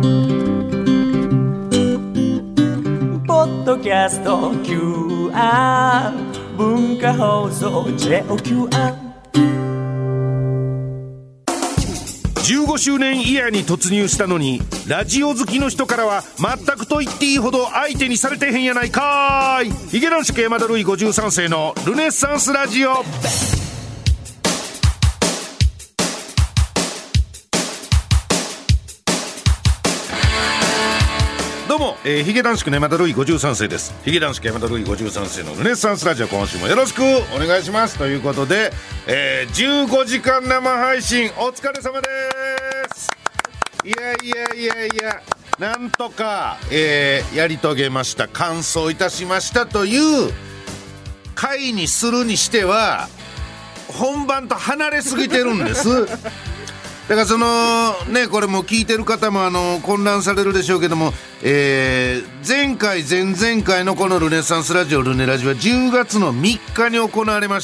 ポッドキャスト QR 文化放送 JOQR 15周年イヤーに突入したのにラジオ好きの人からは全くと言っていいほど相手にされてへんやないかーい。ヒゲ男子山田ルイ53世のルネッサンスラジオ。どうも、ヒゲ男子山田ルイ53世です。ヒゲ男子山田ルイ53世のルネッサンスラジオ、今週もよろしくお願いしますということで、15時間生配信お疲れ様です。いやなんとか、やり遂げました、完走いたしましたという回にするにしては本番と離れすぎてるんですだからそのね、これも聞いてる方も混乱されるでしょうけども、前回前々回のこのルネッサンスラジオルネラジは10月の3日に行われました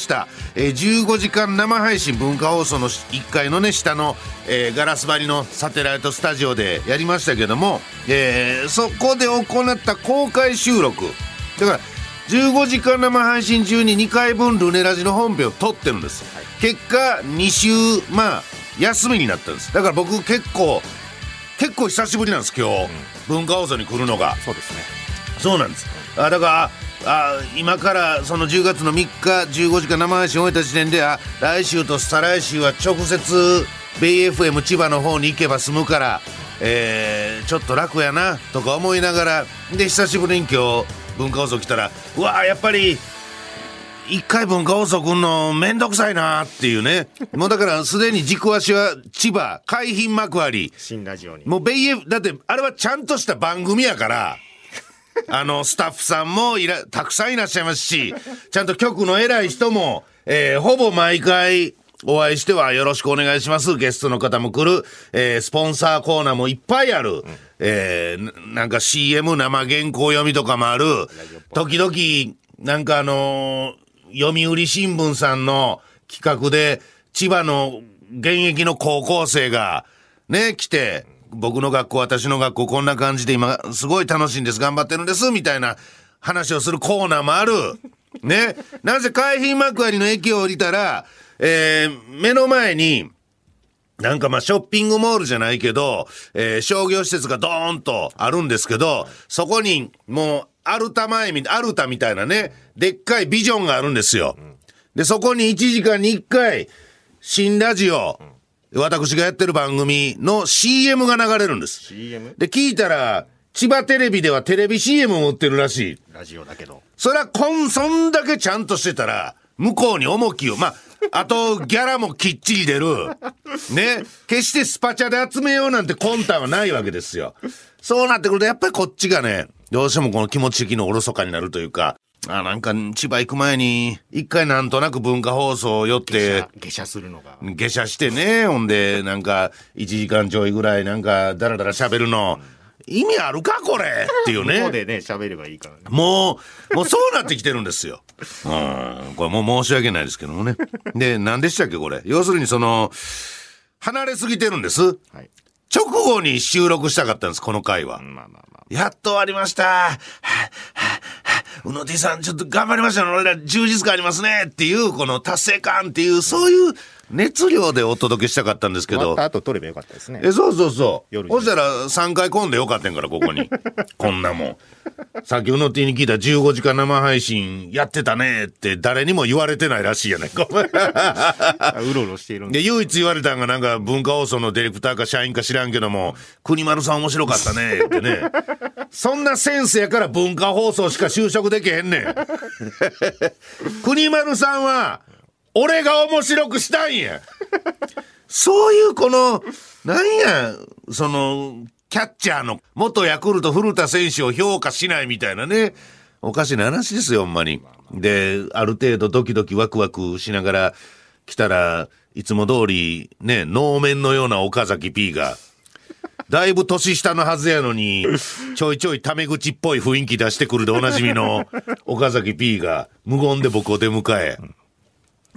、15時間生配信文化放送の1階のね下の、ガラス張りのサテライトスタジオでやりましたけども、そこで行った公開収録だから15時間生配信中に2回分ルネラジの本編を撮ってるんです、はい、結果2週休みになったんです。だから僕結構久しぶりなんです今日、文化放送に来るのが。 そうですね。 そうなんです。だから今からその10月の3日15時間生配信を終えた時点で来週と再来週は直接ベイ FM 千葉の方に行けば済むから、ちょっと楽やなとか思いながらで、久しぶりに今日文化放送来たら、うわやっぱり一回文化放送来んのめんどくさいなっていうね。もうだからすでに軸足は千葉海浜幕張新ラジオにもうベイエフだって、あれはちゃんとした番組やからスタッフさんもたくさんいらっしゃいますし、ちゃんと局の偉い人も、ほぼ毎回お会いしてはよろしくお願いします、ゲストの方も来る、スポンサーコーナーもいっぱいある、なんか CM 生原稿読みとかもある。時々なんか読売新聞さんの企画で千葉の現役の高校生がね来て、僕の学校私の学校こんな感じで今すごい楽しいんです頑張ってるんですみたいな話をするコーナーもあるね。なぜ海浜幕張の駅を降りたら、目の前になんかショッピングモールじゃないけど、商業施設がドーンとあるんですけど、そこにもうアルタみたいなねでっかいビジョンがあるんですよ。でそこに1時間に1回新ラジオ、私がやってる番組の CM が流れるんです。 CM？ で聞いたら千葉テレビではテレビ CM を売ってるらしい。 ラジオだけどそれはそんだけちゃんとしてたら向こうに重きをあとギャラもきっちり出るね。決してスパチャで集めようなんて魂胆はないわけですよ。そうなってくるとやっぱりこっちがねどうしてもこの気持ち的におろそかになるというか、なんか千葉行く前に一回なんとなく文化放送寄って下車するのが下車してね、ほんでなんか1時間ちょいぐらいなんかダラダラ喋るの、意味あるかこれっていうね。 向こうでね喋ればいいからね。 もうそうなってきてるんですよこれもう申し訳ないですけどもね。で何でしたっけこれ、要するに離れすぎてるんです、はい、直後に収録したかったんですこの回は。やっと終わりましたうの T さんちょっと頑張りましたね、俺ら充実感ありますねっていうこの達成感っていうそういう熱量でお届けしたかったんですけど、終わった後撮ればよかったですね。 そうそしたら3回混んでよかったんからここにこんなもんさっきうの T に聞いた15時間生配信やってたねって誰にも言われてないらしいやないかうろうろしているんで唯一言われたんがなんか文化放送のディレクターか社員か知らんけども、国丸さん面白かったねってねそんなセンスやから文化放送しか就職できへんねん国丸さんは俺が面白くしたんやそういうこのなんやキャッチャーの元ヤクルト古田選手を評価しないみたいなね、おかしな話ですよほんまに。である程度ドキドキワクワクしながら来たらいつも通りね能面のような岡崎 P がだいぶ年下のはずやのにちょいちょいタメ口っぽい雰囲気出してくるでおなじみの岡崎 P が無言で僕を出迎え、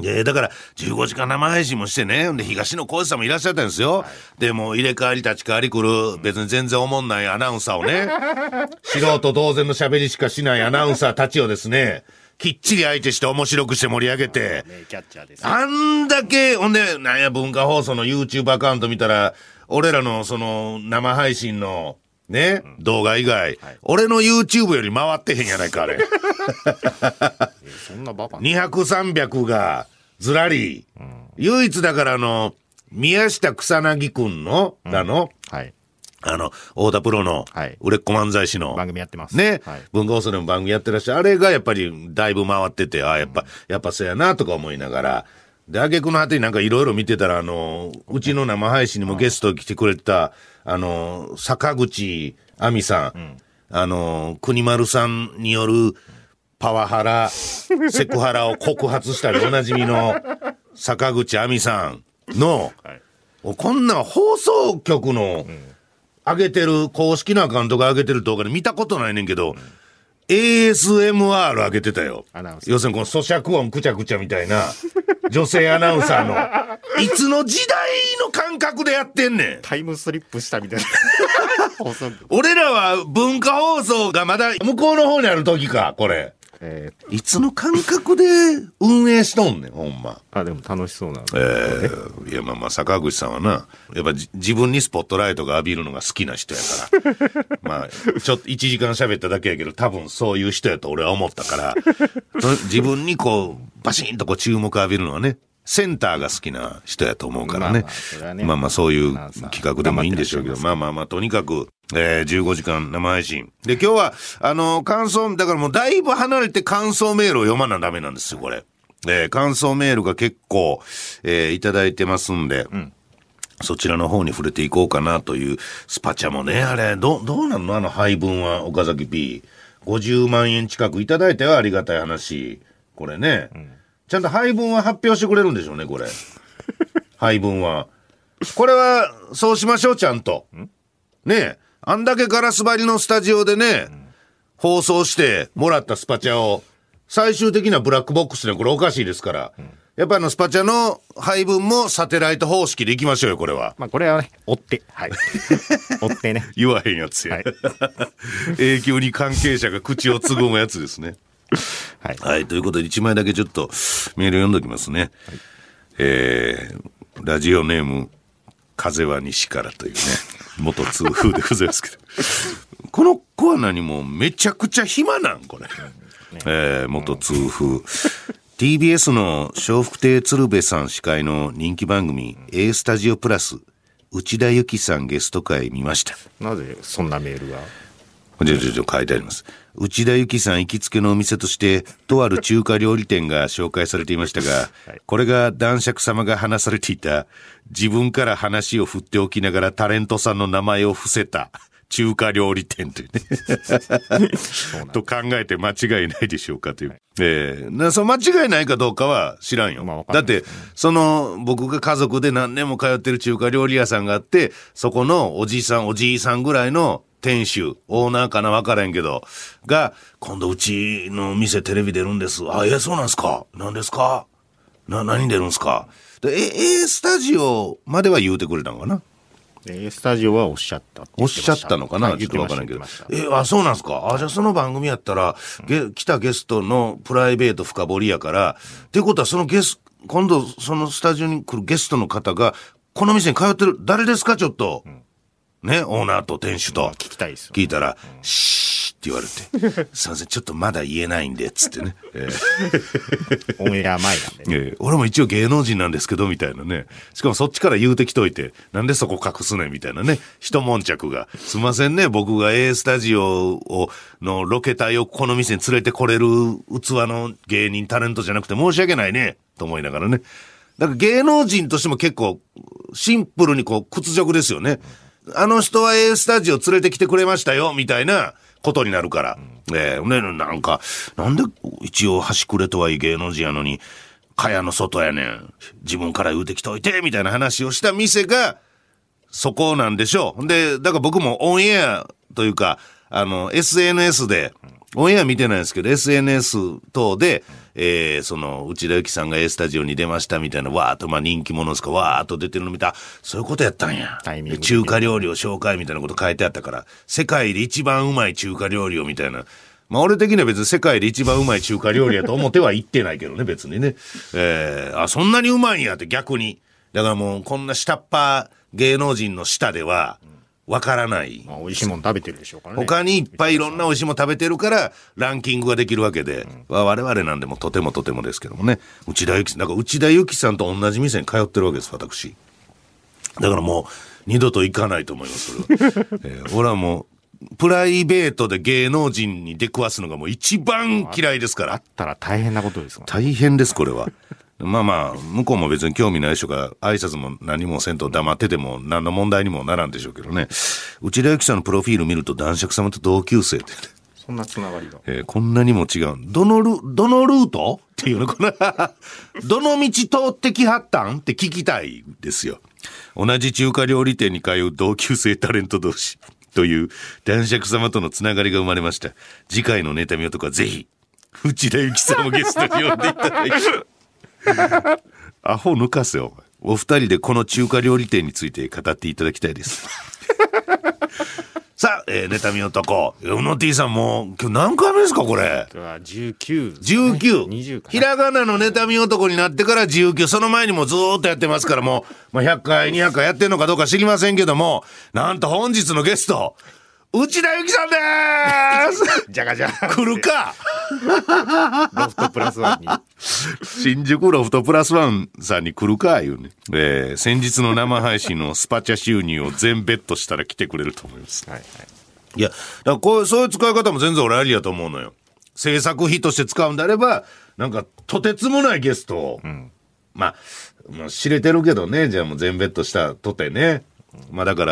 だから15時間生配信もしてね、で東野幸治さんもいらっしゃったんですよ、でもう入れ替わり立ち替わり来る別に全然おもんないアナウンサーをね素人同然の喋りしかしないアナウンサーたちをですねきっちり相手して面白くして盛り上げて、 キャッチャーですあんだけほんでなんや文化放送の YouTube アカウント見たら俺らのその生配信のね、動画以外、俺の YouTube より回ってへんやないかあれそんなバカな 200、300がずらり、唯一だから宮下草薙くんの、 はい太田プロの売れっ子漫才師の番組やってますね、 はい文化放送でも番組やってらっしゃるあれがやっぱりだいぶ回ってて、やっぱそうやなとか思いながら、で挙句の果てになんかいろいろ見てたらうちの生配信にもゲスト来てくれた坂口亜美さん、国丸さんによるパワハラセクハラを告発したりおなじみの坂口亜美さんの、こんな放送局の上げてる公式のアカウントが上げてる動画で見たことないねんけど、ASMR 上げてたよ。要するにこの咀嚼音くちゃくちゃみたいな女性アナウンサーのいつの時代の感覚でやってんねん。 タイムスリップしたみたいな俺らは文化放送がまだ向こうの方にある時かこれ、いつの感覚で運営しとんねんほんま。 でも楽しそうなんいやまあ坂口さんはなやっぱ自分にスポットライトが浴びるのが好きな人やからまあちょっと1時間喋っただけやけど多分そういう人やと俺は思ったから自分にこうバシンとこう注目浴びるのはねセンターが好きな人やと思うからね。まあそういう企画でもいいんでしょうけど、まあとにかく、15時間生配信。で、今日は、感想、だからもうだいぶ離れて感想メールを読まなダメなんですよ、これ。感想メールが結構、いただいてますんで、そちらの方に触れていこうかなという、スパチャもね、あれ、どうなんの配分は、岡崎 P。50万円近くいただいてはありがたい話。これね。ちゃんと配分は発表してくれるんでしょうね、これ。配分は。これは、そうしましょう、ちゃんと。ねえ。あんだけガラス張りのスタジオでね、放送してもらったスパチャを、最終的なブラックボックスでこれおかしいですから。やっぱスパチャの配分もサテライト方式でいきましょうよ、これは。 まあこれはね、追って。はい。追ってね。 言わへんやつや。永久に関係者が口をつぐむやつですね。はい、ということで1枚だけちょっとメール読んどきますね、ラジオネーム風は西からというね元痛風でございますけどこの子は何もめちゃくちゃ暇なんこれ、元痛風TBS の笑福亭鶴瓶さん司会の人気番組 A スタジオプラス内田有紀さんゲスト会見ました。 なぜそんなメールが書いてあります。内田有紀さん行きつけのお店としてとある中華料理店が紹介されていましたが、これが男爵様が話されていた自分から話を振っておきながらタレントさんの名前を伏せた中華料理店というねと考えて間違いないでしょうかという、その間違いないかどうかは知らんよ、だって僕が家族で何年も通ってる中華料理屋さんがあってそこのおじいさんぐらいの店主、オーナーかな分からんけど、が、今度うちの店テレビ出るんです。そうなんすか。何ですか。何出るんすか。で、A スタジオまでは言うてくれたのかな。 A スタジオはおっしゃったのかな、ちょっと分からんけど。そうなんすか。じゃあその番組やったら、来たゲストのプライベート深掘りやから、っていうことは今度そのスタジオに来るゲストの方が、この店に通ってる、誰ですかちょっと。ね、オーナーと店主と聞きたいですよ、 聞いたら、シーって言われて、すいません、ちょっとまだ言えないんで、つってね。 オンエア前なんで、ね俺も一応芸能人なんですけど、みたいなね。しかもそっちから言うてきといて、なんでそこ隠すねん、みたいなね。一悶着が。すいませんね、僕が A スタジオのロケ隊をこの店に連れてこれる器の芸人、タレントじゃなくて申し訳ないね、と思いながらね。だから芸能人としても結構、シンプルに屈辱ですよね。あの人は A スタジオ連れてきてくれましたよ、みたいなことになるから。なんで一応端くれとはいい芸能人やのに、蚊帳の外やねん。自分から言うてきといて、みたいな話をした店が、そこなんでしょう。で、だから僕もオンエアというか、SNS で、 オンエア見てないんですけど、SNS 等で、その、内田有紀さんが A スタジオに出ましたみたいな、わーっと、まあ人気者ですか、わーっと出てるの見た、そういうことやったんや。中華料理を紹介みたいなこと書いてあったから、世界で一番うまい中華料理をみたいな。まあ俺的には別に世界で一番うまい中華料理やと思っては言ってないけどね、別にね。あ、そんなにうまいんやって逆に。だからもうこんな下っ端芸能人の下では、わからない。 まあ、美味しいもの食べてるでしょうからね。 他にいっぱいいろんな美味しいもの食べてるからランキングができるわけで、我々なんでもとてもとてもですけどもね。内田有紀さん、だから内田有紀さんと同じ店に通ってるわけです、私。だからもう二度と行かないと思います、それは。俺はもうプライベートで芸能人に出くわすのがもう一番嫌いですから。 あったら大変なことですもんね。 大変です、これは。まあまあ、向こうも別に興味ない人が挨拶も何もせんと黙ってても何の問題にもならんでしょうけどね。内田有紀さんのプロフィール見ると男爵様と同級生って。 そんなつながりが。 こんなにも違う。どのルートっていうのかな。どの道通ってきはったんって聞きたいですよ。同じ中華料理店に通う同級生タレント同士という男爵様とのつながりが生まれました。次回の妬み男はぜひ、内田有紀さんをゲストに呼んでいただきアホ抜かせよ。お二人でこの中華料理店について語っていただきたいです。さあ、妬み男。うの T さんも今日何回目ですかこれ。 19。 19。 20かな。 ひらがなの妬み男になってから19。その前にもずーっとやってますからもう、まあ、100回、200回やってんのかどうか知りませんけども、なんと本日のゲスト、内田有紀さんでーす。 じゃがじゃ来るか。 ロフトプラスワンに。 新宿ロフトプラスワンさんに来るかいうね。先日の生配信のスパチャ収入を全ベットしたら来てくれると思います。 はいはい。 いや、だからそういう使い方も全然俺ありやと思うのよ。制作費として使うんであれば、なんかとてつもないゲストを、まあ知れてるけどね、じゃあもう全ベットしたとてね。まあだから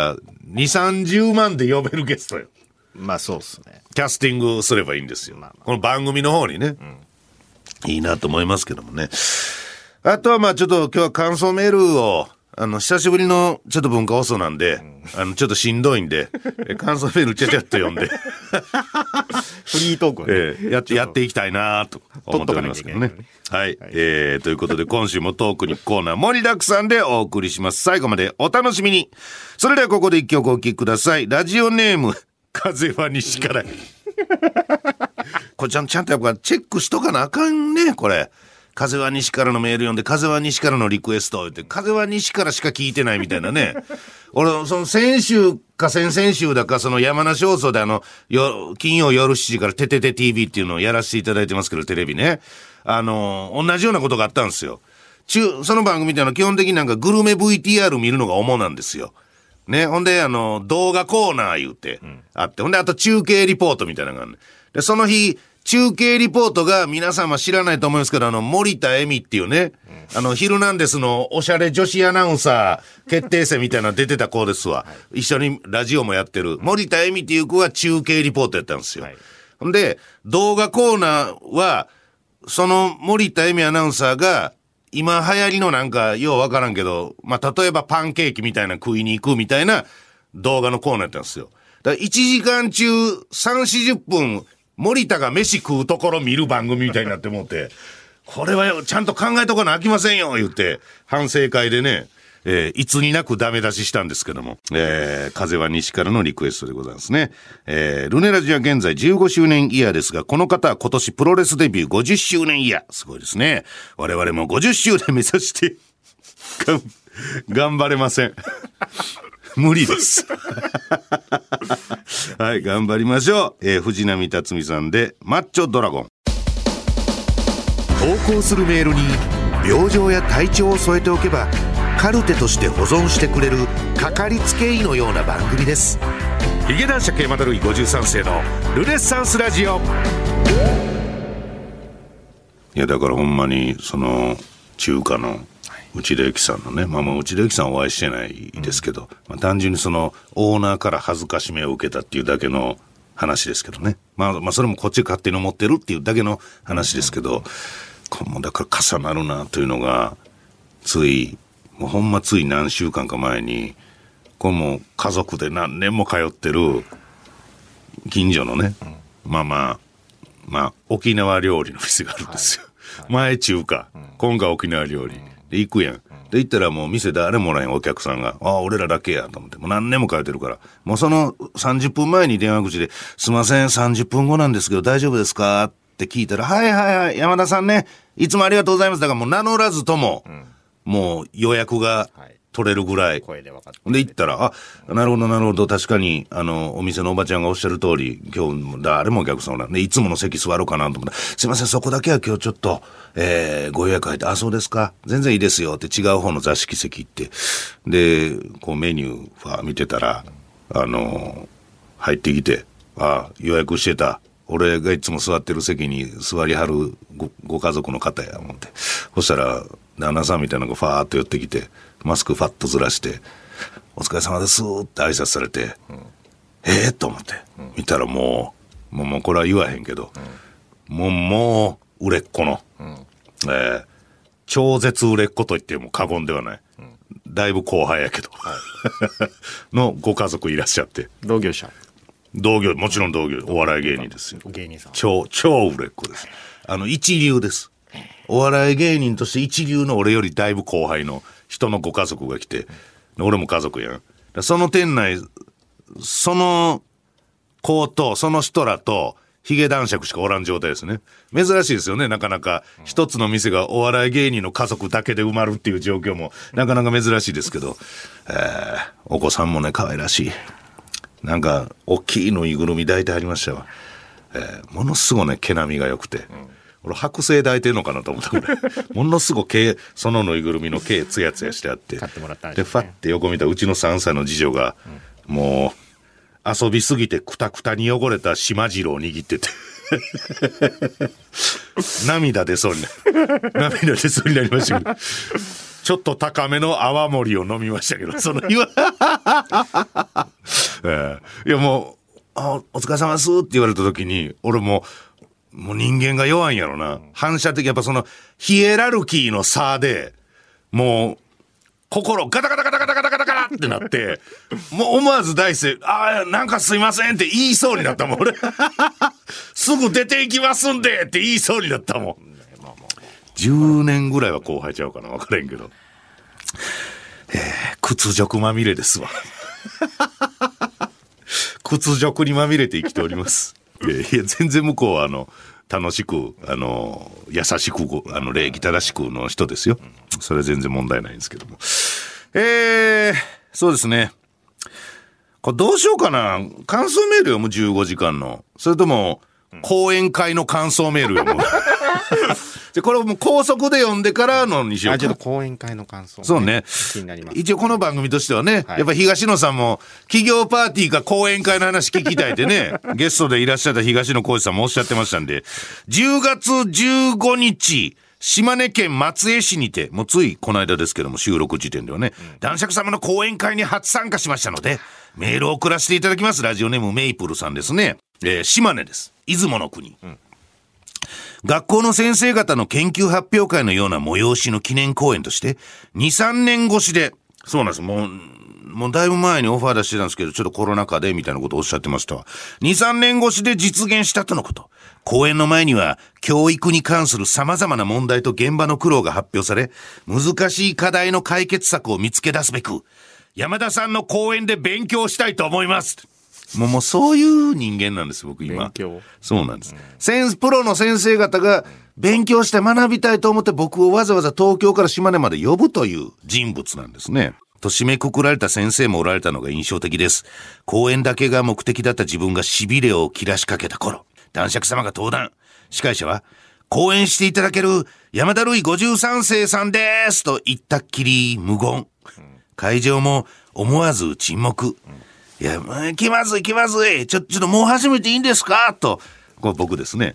、2、30万で呼べるゲストよ。 まあそうっすね。 キャスティングすればいいんですよ。この番組の方にね。いいなと思いますけどもね。あとはまあちょっと今日は感想メールを、久しぶりのちょっと文化放送なんで、ちょっとしんどいんで、感想メールちゃちゃっと読んで。 フリートークはね。 やっていきたいなと思っておりますけどね。はい。ということで今週もトークにコーナー盛りだくさんでお送りします。最後までお楽しみに。それではここで一曲お聴きください。ラジオネーム、風は西から。これちゃんとやっぱチェックしとかなあかんね、これ。風は西からのメール読んで、風は西からのリクエストを言って、風は西からしか聞いてないみたいなね。俺、その先週か先々週だか、その山梨放送で金曜夜7時からててて TV っていうのをやらせていただいてますけど、テレビね。同じようなことがあったんですよ。その番組って基本的になんかグルメ VTR 見るのが主なんですよ。ね。ほんで、動画コーナー言うて、あって、ほんで、あと中継リポートみたいなのがあるね。で、その日、中継リポートが皆様知らないと思いますけど、森田恵美っていうね、ヒルナンデスのおしゃれ女子アナウンサー決定戦みたいなの出てた子ですわ。一緒にラジオもやってる。森田恵美っていう子が中継リポートやったんですよ。ほんで、動画コーナーは、その森田恵美アナウンサーが、今流行りのなんか、ようわからんけど、まあ、例えばパンケーキみたいな食いに行くみたいな動画のコーナーやったんですよ。だから1時間中3、40分、森田が飯食うところ見る番組みたいになって思って、これはちゃんと考えとかなあきませんよ、言って、反省会でね、いつになくダメ出ししたんですけども、風は西からのリクエストでございますね。ルネラジは現在15周年イヤーですが、この方は今年プロレスデビュー50周年イヤー。すごいですね。我々も50周年目指して、頑張れません。無理です。はい、頑張りましょう。藤波辰巳さんで、マッチョドラゴン。投稿するメールに、病状や体調を添えておけば、カルテとして保存してくれる、かかりつけ医のような番組です。ヒゲ男爵山田ルイ53世のルネッサンスラジオ。いや、だからほんまに、中華の、内田有紀さんのね、まあもう内田有紀さんお会いしてないですけど、まあ単純にオーナーから恥ずかしめを受けたっていうだけの話ですけどね。まあそれもこっち勝手に思ってるっていうだけの話ですけど、もうだから重なるなというのが、もうほんまつい何週間か前に、これもう家族で何年も通ってる近所のね、まあまあ、 まあ沖縄料理の店があるんですよ、前中華、今回沖縄料理、で行くやん。で行ったらもう店誰もおらへんお客さんが、俺らだけやと思って、もう何年も通ってるから、もうその30分前に電話口で、すいません30分後なんですけど大丈夫ですかって聞いたら、はいはいはい山田さんね、いつもありがとうございます。だからもう名乗らずとも、もう予約が取れるぐらい、 声で分かってで行ったら、なるほどなるほど、確かにお店のおばちゃんがおっしゃる通り、今日誰もお客さんおらんで、いつもの席座ろうかなと思ったら、すいませんそこだけは今日ちょっと、ご予約入って、そうですか、全然いいですよって違う方の座敷席行って、でこうメニューファー見てたら、入ってきて、予約してた俺がいつも座ってる席に座りはる ご家族の方や思って、そしたら旦那さんみたいなのがファーっと寄ってきて、マスクファッとずらしてお疲れ様ですって挨拶されて、と思って見たらもうこれは言わへんけど、もう売れっ子の、超絶売れっ子と言っても過言ではない、だいぶ後輩やけど、のご家族いらっしゃって、 同業者、 もちろん同業、お笑い芸人ですよ。 芸人さん、 超売れっ子です。一流です。お笑い芸人として一流の俺よりだいぶ後輩の人のご家族が来て、俺も家族やん。その店内、その子とその人らとヒゲ男爵しかおらん状態ですね。珍しいですよね。なかなか一つの店がお笑い芸人の家族だけで埋まるっていう状況もなかなか珍しいですけど、お子さんもね可愛らしい。なんか大きいぬいぐるみ抱いてありましたわ。ものすごいね毛並みが良くて、俺剥製抱いてんのかなと思ったぐらいものすごいそのぬいぐるみの毛ツヤツヤしてあって、 買ってもらったんですね。 でファッて横見たうちの3歳の次女が、もう遊びすぎてクタクタに汚れた島次郎を握ってて涙出そうになりましたけど、ちょっと高めの泡盛を飲みましたけど、その日は、いやもうお疲れ様ですって言われた時に、俺もう人間が弱いんやろな、反射的、やっぱそのヒエラルキーの差でもう心ガタガタガタガタガタガタガタってなって、もう思わず大勢なんかすいませんって言いそうになったもん俺すぐ出ていきますんでって言いそうになったもん。10年ぐらいは後輩ちゃうかな、分からへんけど、屈辱まみれですわ屈辱にまみれて生きております。いや全然向こうは楽しく優しく礼儀正しくの人ですよ。それは全然問題ないんですけども、そうですね、これどうしようかな、感想メール読む15時間の、それとも講演会の感想メール読むでこれをもう高速で読んでからのにしようか。 ちょっと講演会の感想、 そうね、 気になります。 一応この番組としてはね、やっぱ東野さんも企業パーティーか講演会の話聞きたいってねゲストでいらっしゃった東野幸治さんもおっしゃってましたんで、10月15日島根県松江市にて、もうついこの間ですけども収録時点ではね、男爵様の講演会に初参加しましたのでメールを送らせていただきます。ラジオネームメイプルさんですね。島根です。出雲の国、学校の先生方の研究発表会のような催しの記念講演として 2,3 年越しで、そうなんです、もうだいぶ前にオファー出してたんですけど、ちょっとコロナ禍でみたいなことをおっしゃってましたわ。 2,3 年越しで実現したとのこと。講演の前には教育に関する様々な問題と現場の苦労が発表され、難しい課題の解決策を見つけ出すべく山田さんの講演で勉強したいと思います。もうそういう人間なんです僕今。 勉強、 そうなんです、プロの先生方が勉強して学びたいと思って僕をわざわざ東京から島根まで呼ぶという人物なんですね。と締めくくられた先生もおられたのが印象的です。講演だけが目的だった自分が痺れを切らしかけた頃、男爵様が登壇。司会者は講演していただける山田るい53世さんですと言ったっきり無言。会場も思わず沈黙。いや、気まずいちょっともう始めていいんですかと、これ僕ですね。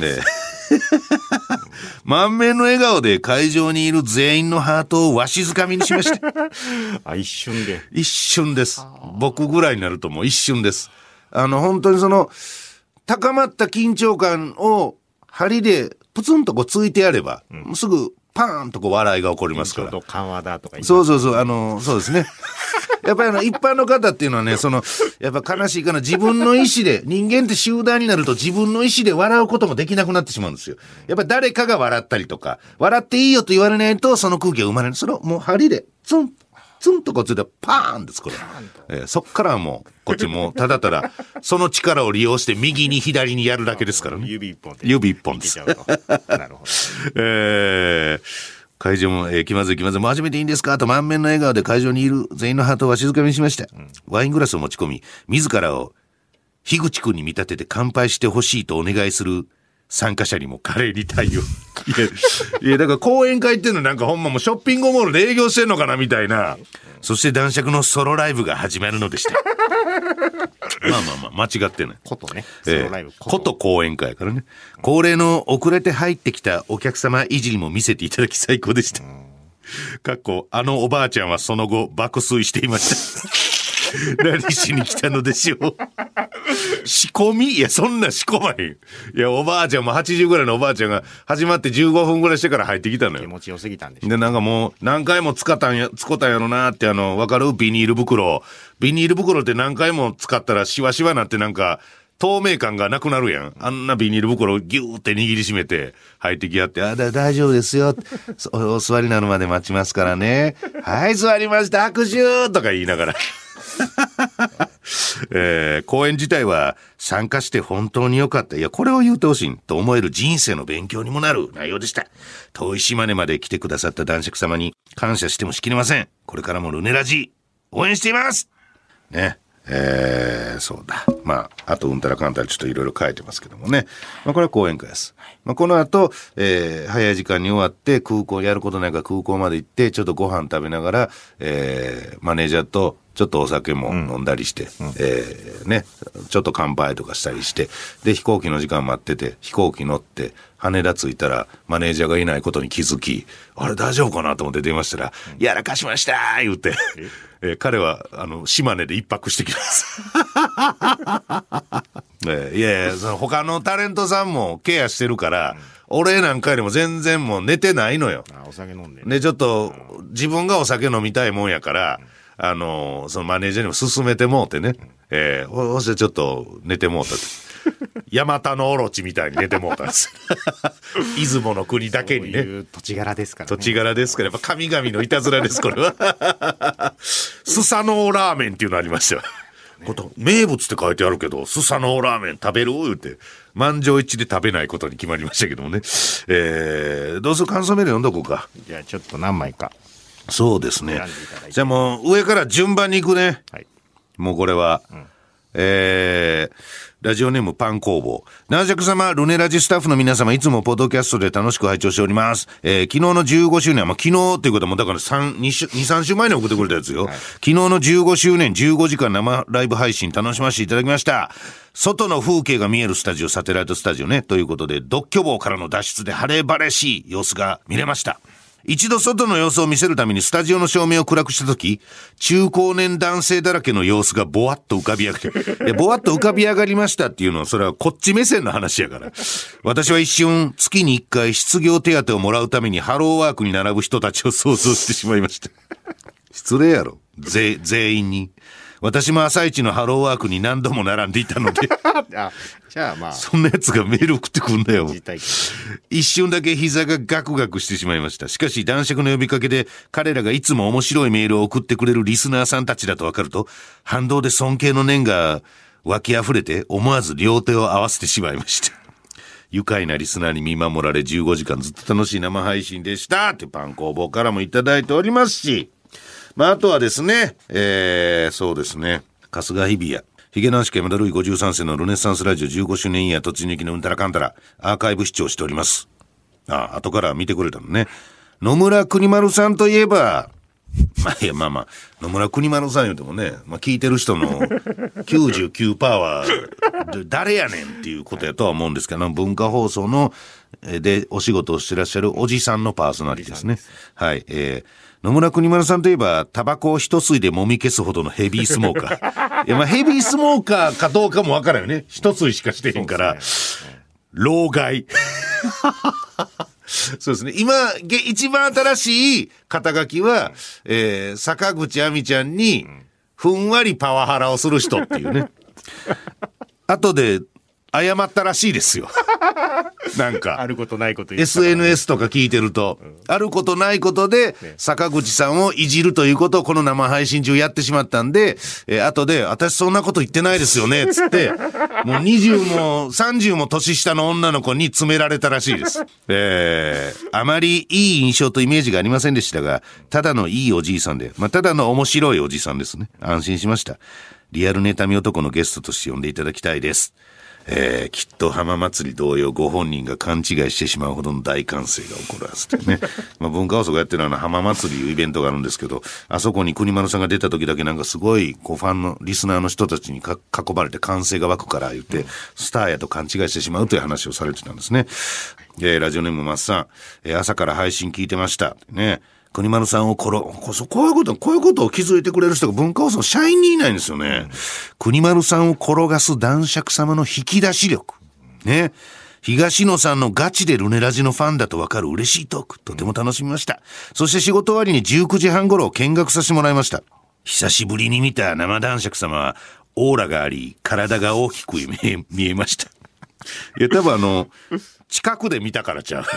満面の笑顔で会場にいる全員のハートをわしづかみにしました一瞬で。 一瞬です。僕ぐらいになるともう一瞬です。本当にその高まった緊張感を針でプツンとこうついてやれば、すぐパーンとこう笑いが起こりますから。 ちょっと緩和だとか言います。 そうそうですね。やっぱり一般の方っていうのはね、やっぱ悲しいかな、自分の意思で、人間って集団になると自分の意思で笑うこともできなくなってしまうんですよ。やっぱり誰かが笑ったりとか、笑っていいよと言われないとその空気が生まれる。それをもう針で、ツンとこっちでパーンです、これ。そっからはもう、こっちもただただ、その力を利用して右に左にやるだけですからね。 指一本です。 なるほど。 会場も、気まずい、もう始めていいんですかと満面の笑顔で会場にいる全員のハートは静かにしました。ワイングラスを持ち込み、自らを樋口くんに見立てて乾杯してほしいとお願いする参加者にも華麗に対応。いや、だから講演会っていうのなんかほんまもうショッピングモールで営業してんのかなみたいな。そして男爵のソロライブが始まるのでした。間違ってない。 ことね。ソロライブこと講演会からね。恒例の遅れて入ってきたお客様いじりも見せていただき最高でした。おばあちゃんはその後爆睡していました。何しに来たのでしょう。仕込み？いや、そんな仕込まへん。いや、おばあちゃんも80ぐらいのおばあちゃんが始まって15分ぐらいしてから入ってきたのよ。 気持ちよすぎたんでしょ。 で、なんかもう何回も使ったんやろなってわかる？ビニール袋って何回も使ったらシワシワなってなんか透明感がなくなるやん。あんなビニール袋をギューって握りしめて入ってきやって、大丈夫ですよ。お座りになるまで待ちますからね。はい、座りました。拍手とか言いながら。講演自体は参加して本当に良かった。いや、これを言うてほしいと思える人生の勉強にもなる内容でした。遠い島根まで来てくださった男爵様に感謝してもしきれません。これからもルネラジ応援していますね。そうだ。あとうんたらかんたらちょっといろいろ書いてますけどもね。これは講演会です。この後、早い時間に終わってやることないから空港まで行って、ちょっとご飯食べながら、マネージャーとちょっとお酒も飲んだりして、ちょっと乾杯とかしたりして、で、飛行機の時間待ってて、飛行機乗って、羽田着いたら、マネージャーがいないことに気づき、あれ大丈夫かなと思って電話したら、やらかしましたー言って、彼は、島根で一泊してきます。いや、他のタレントさんもケアしてるから、俺なんかよりも全然もう寝てないのよ。 お酒飲んで、 ね。で、ちょっと、自分がお酒飲みたいもんやから、そのマネージャーにも勧めてもうてね。そしてちょっと寝てもうたって。ヤマタノオロチみたいに寝てもうたんです。出雲の国だけにね。そういう土地柄ですからね。 土地柄ですから、やっぱ神々のいたずらです、これは。スサノオラーメンっていうのありましたよ。名物って書いてあるけど、スサノオラーメン食べる言うて、満場一致で食べないことに決まりましたけどもね。どうする感想メール読んどこうか。 じゃあちょっと何枚か。 そうですね。じゃあもう上から順番に行くね。 はい。 もうこれは。ラジオネームパン工房。男爵様、ルネラジスタッフの皆様、いつもポッドキャストで楽しく拝聴しております。昨日の15周年は、昨日っていうことはもうだから2、3週前に送ってくれたやつよ。はい、昨日の15周年、15時間生ライブ配信楽しませていただきました。外の風景が見えるスタジオ、サテライトスタジオね。ということで、独居房からの脱出で晴れ晴れしい様子が見れました。一度外の様子を見せるためにスタジオの照明を暗くしたとき、中高年男性だらけの様子がぼわっと浮かび上がる。ぼわっと浮かび上がりましたっていうのは、それはこっち目線の話やから。私は一瞬、月に1回失業手当をもらうためにハローワークに並ぶ人たちを想像してしまいました。失礼やろ。全員に。私も朝一のハローワークに何度も並んでいたのでじゃあまあそんなやつがメール送ってくんだよ。一瞬だけ膝がガクガクしてしまいました。しかし男爵の呼びかけで彼らがいつも面白いメールを送ってくれるリスナーさんたちだと分かると、反動で尊敬の念が湧き溢れて思わず両手を合わせてしまいました。愉快なリスナーに見守られ15時間ずっと楽しい生配信でしたってパン工房からもいただいておりますし、あとはですね、そうですね、春日日比谷ヒゲ男子山田ルイ53世のルネッサンスラジオ15周年イヤー突入記のうんたらかんたらアーカイブ視聴しております。後から見てくれたのね。野村国丸さんといえば、野村国丸さん言うてもね、聞いてる人の 99% は誰やねんっていうことやとは思うんですけど、文化放送のでお仕事をしてらっしゃるおじさんのパーソナリティですね。はい。野村国丸さんといえばタバコを一吸いでもみ消すほどのヘビースモーカー。いやヘビースモーカーかどうかもわからんよね。一吸いしかしてへんから。老害。 そうですね。今、一番新しい肩書きは、坂口亜美ちゃんに、ふんわりパワハラをする人っていうね。後で、謝ったらしいですよ。なんか。 あることないこと言ってた SNS とか聞いてると、あることないことで、坂口さんをいじるということをこの生配信中やってしまったんで、後で、私そんなこと言ってないですよね、つって、もう20も30も年下の女の子に詰められたらしいです。あまりいい印象とイメージがありませんでしたが、ただのいいおじいさんで、ただの面白いおじさんですね。安心しました。リアル妬み男のゲストとして呼んでいただきたいです。きっと浜祭り同様ご本人が勘違いしてしまうほどの大歓声が起こるはずでね。文化放送がやってる浜祭りいうイベントがあるんですけど、あそこに国丸さんが出た時だけなんかすごいファンのリスナーの人たちに囲まれて歓声が湧くから言って、スターやと勘違いしてしまうという話をされてたんですね。ラジオネームマッサン、朝から配信聞いてましたね。国丸さんをこういうことを気づいてくれる人が文化放送社員にいないんですよね。国丸さんを転がす男爵様の引き出し力。ね。東野さんのガチでルネラジのファンだとわかる嬉しいトーク。とても楽しみました。そして仕事終わりに19時半頃見学させてもらいました。久しぶりに見た生男爵様はオーラがあり、体が大きく見えました。いや、多分近くで見たからちゃう。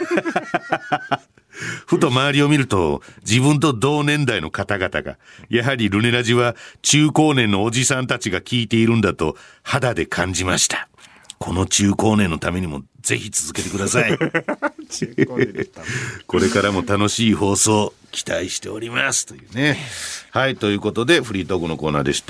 ふと周りを見ると、自分と同年代の方々が、やはりルネラジは中高年のおじさんたちが聞いているんだと肌で感じました。この中高年のためにもぜひ続けてください。これからも楽しい放送期待しておりますというね。はい、ということでフリートークのコーナーでした。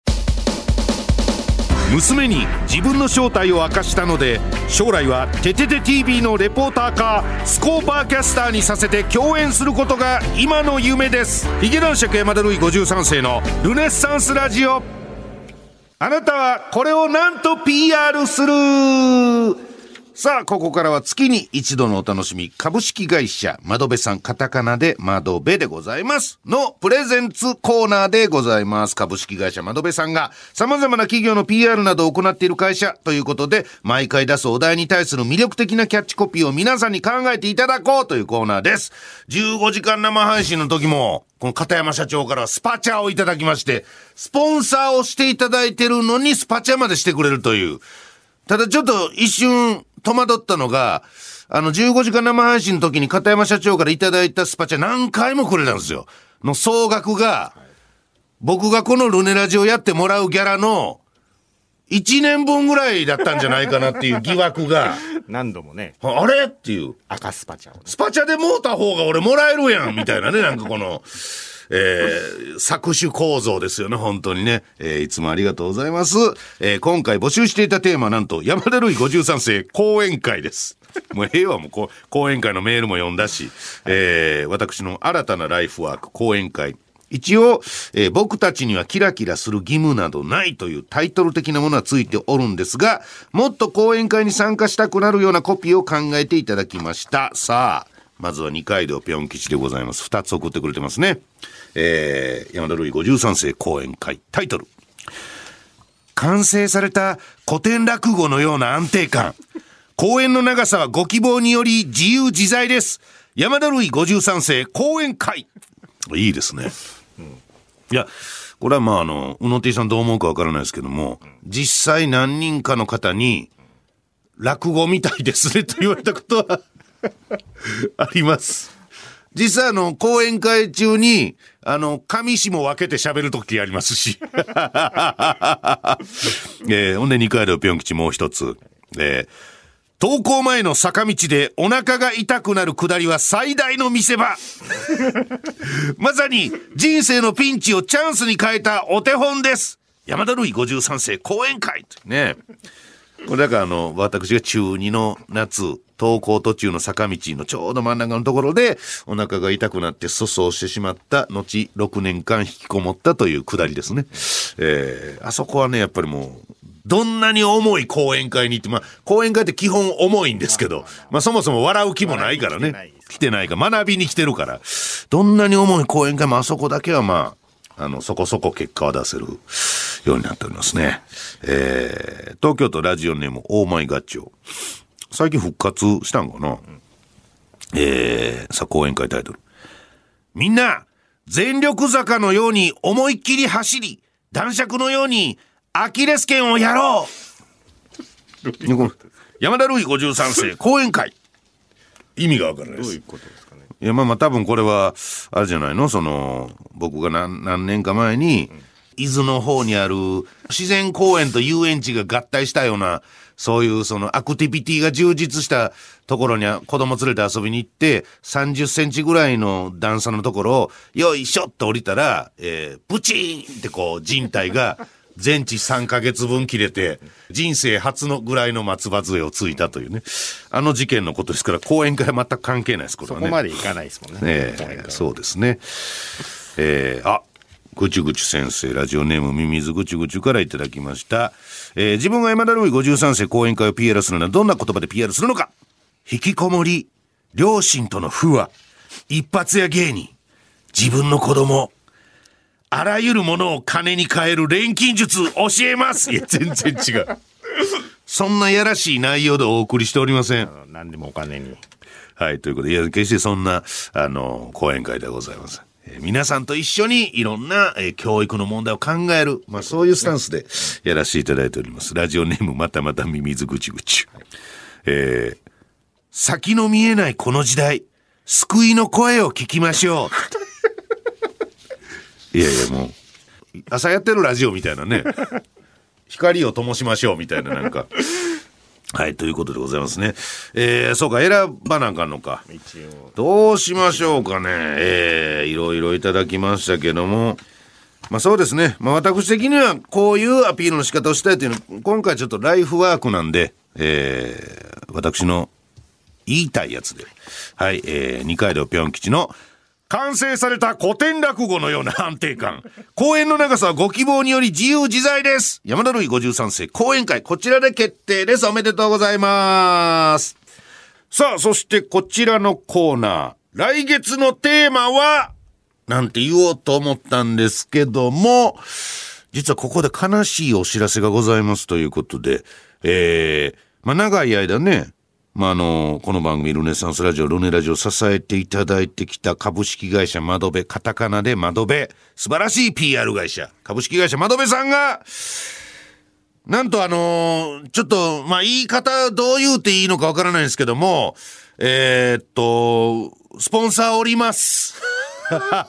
娘に自分の正体を明かしたので、将来はテテテ TV のレポーターかスコーパーキャスターにさせて共演することが今の夢です。ヒゲ男爵山田ルイ53世のルネッサンスラジオ。あなたはこれをなんと PR する。さあ、ここからは月に一度のお楽しみ、株式会社窓辺さん、カタカナで窓辺でございますのプレゼンツコーナーでございます。株式会社窓辺さんが様々な企業の PR などを行っている会社ということで、毎回出すお題に対する魅力的なキャッチコピーを皆さんに考えていただこうというコーナーです。15時間生配信の時も、この片山社長からスパチャをいただきまして、スポンサーをしていただいてるのにスパチャまでしてくれるという。ただちょっと一瞬戸惑ったのが、15時間生配信の時に片山社長からいただいたスパチャ何回もくれたんですよ。の総額が、僕がこのルネラジオやってもらうギャラの1年分ぐらいだったんじゃないかなっていう疑惑が。 何度もね。 あれっていう。 赤スパチャを、ね。 スパチャでもうた方が俺もらえるやんみたいなね、なんかこの。搾取構造ですよね、本当にね。いつもありがとうございます。今回募集していたテーマはなんと、山田ルイ53世講演会です。もうもう講演会のメールも読んだし、私の新たなライフワーク講演会。一応、僕たちにはキラキラする義務などないというタイトル的なものはついておるんですが、もっと講演会に参加したくなるようなコピーを考えていただきました。さあ、まずは二階堂ぴょん吉でございます。2つ送ってくれてますね。山田ルイ53世講演会。タイトル。完成された古典落語のような安定感。講演の長さはご希望により自由自在です。山田ルイ53世講演会。いいですね。いや、これはうのてぃさんどう思うかわからないですけども、実際何人かの方に、落語みたいですねと言われたことは、あります。実際講演会中に、上下も分けて喋るときありますし。ほんで二階堂ぴょん吉もう一つ。登校前の坂道でお腹が痛くなるくだりは最大の見せ場。まさに人生のピンチをチャンスに変えたお手本です。山田ルイ53世講演会。ね。これだから私が中2の夏、登校途中の坂道のちょうど真ん中のところでお腹が痛くなって粗相してしまった後6年間引きこもったというくだりですね。あそこはね、やっぱりもう、どんなに重い講演会に行って、講演会って基本重いんですけど、そもそも笑う気もないからね。来てないから、学びに来てるから。どんなに重い講演会もあそこだけはそこそこ結果を出せるようになっておりますね。東京都ラジオネームオーマイガッチョ。最近復活したんかな。 さあ講演会タイトル。みんな、全力坂のように思いっきり走り、男爵のようにアキレス腱をやろう。山田るい53世講演会。意味がわからないです。 どういうことですかね。 いやまあ多分これはあれじゃないの、その僕が何年か前に、伊豆の方にある自然公園と遊園地が合体したような、そういうそのアクティビティが充実したところに子供連れて遊びに行って、30センチぐらいの段差のところをよいしょって降りたら、ブチーンってこう人体が全治3ヶ月分切れて、人生初のぐらいの松葉杖をついたというね、あの事件のことですから、講演会は全く関係ないです、これはね。 そこまでいかないですもんね。 そうですね。ぐちゅぐちゅ先生、ラジオネームミミズぐちゅぐちゅからいただきました。自分が山田るい53世講演会を PR するのはどんな言葉で PR するのか。引きこもり、両親との不和、一発屋芸人、自分の子供、あらゆるものを金に換える錬金術教えます。いや全然違う。そんなやらしい内容でお送りしておりません。 何でもお金に。 はい、ということで、いや決してそんな講演会ではございません。皆さんと一緒にいろんな、教育の問題を考える、まあそういうスタンスでやらせていただいております。ラジオネームまたまたミミズぐちぐち。先の見えないこの時代、救いの声を聞きましょう。いやいやもう朝やってるラジオみたいなね。光を灯しましょうみたいななんか。はい、ということでございますね。そうか、選ばなあかんのか。どうしましょうかね。いろいろいただきましたけども。まあそうですね。まあ私的にはこういうアピールの仕方をしたいというのは、今回ちょっとライフワークなんで、私の言いたいやつで。はい、二階堂ぴょん吉の完成された古典落語のような安定感。講演の長さはご希望により自由自在です。山田るい53世講演会、こちらで決定です。おめでとうございます。さあ、そしてこちらのコーナー。来月のテーマは、なんて言おうと思ったんですけども、実はここで悲しいお知らせがございますということで、まあ長い間ね、まあこの番組ルネサンスラジオ、ルネラジオ支えていただいてきた株式会社窓辺、カタカナで窓辺、素晴らしい PR 会社、株式会社窓辺さんが、なんとちょっと、まあ言い方どう言うていいのかわからないんですけども、スポンサーおります。い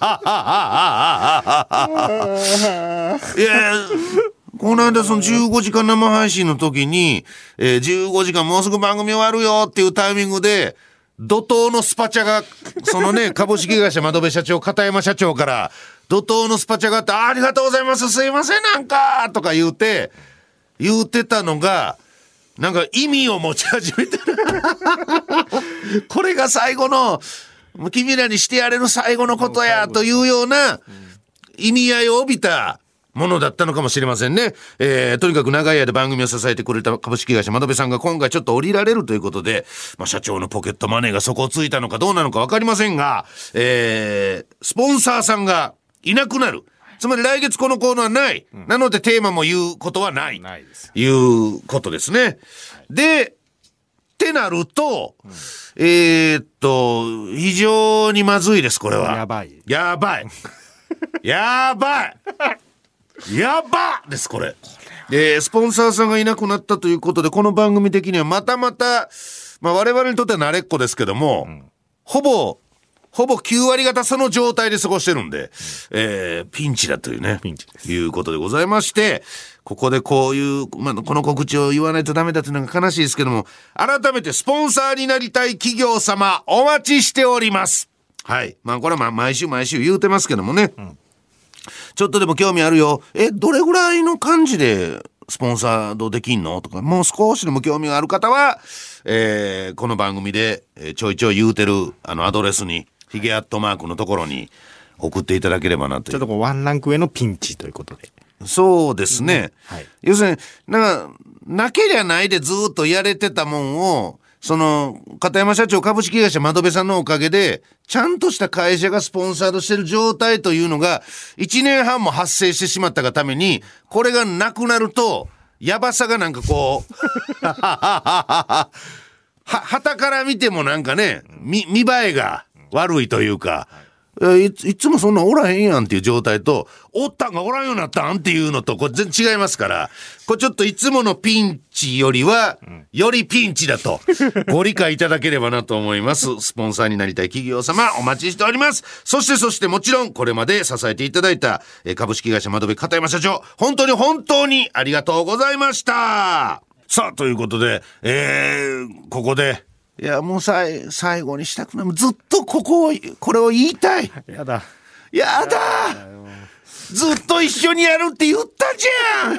やこの間その15時間生配信の時に、15時間もうすぐ番組終わるよっていうタイミングで、怒涛のスパチャが、そのね、株式会社窓辺社長、片山社長から、怒涛のスパチャがあって、ありがとうございます、すいませんなんか、とか言うてたのが、なんか意味を持ち始めてる。これが最後の、君らにしてやれる最後のことや、というような意味合いを帯びた、ものだったのかもしれませんね。とにかく長い間番組を支えてくれた株式会社窓辺さんが今回ちょっと降りられるということで、まあ、社長のポケットマネーが底をついたのかどうなのか分かりませんが、スポンサーさんがいなくなる。つまり来月このコーナーない。なのでテーマも言うことはない。 ないです。 いうことですね。で、ってなると、非常にまずいです、これは。 やばい。 やばい。やばい。やばですこれ。スポンサーさんがいなくなったということで、この番組的にはまたまた、まあ我々にとっては慣れっこですけども、ほぼ9割方その状態で過ごしてるんで、ピンチだというね、 ピンチです。 いうことでございまして、ここでこういう、まあ、この告知を言わないとダメだというのが悲しいですけども、改めてスポンサーになりたい企業様お待ちしております。はい。まあこれは毎週言うてますけどもね。ちょっとでも興味あるよ。どれぐらいの感じでスポンサードできんのとか、もう少しでも興味がある方は、この番組で、ちょいちょい言うてるアドレスに、ヒゲアットマークのところに送っていただければなという。 ちょっとこうワンランク上のピンチということで。 そうですね。 はい。 要するに、なんか、なけりゃないでずっとやれてたもんを、その片山社長株式会社窓辺さんのおかげでちゃんとした会社がスポンサードしてる状態というのが1年半も発生してしまったがために、これがなくなるとやばさがなんかこう旗から見てもなんかね、見栄えが悪いというか、いつもそんなおらへんやんっていう状態と、おったんがおらんようになったんっていうのと、これ全然違いますから、これちょっといつものピンチよりは、よりピンチだと、ご理解いただければなと思います。スポンサーになりたい企業様、お待ちしております。そしてもちろん、これまで支えていただいた、株式会社窓辺片山社長、本当にありがとうございました。さあ、ということで、ここで、いや、もう最後にしたくない。ずっとこれを言いたい。 やだ。 ずっと一緒にやるって言ったじ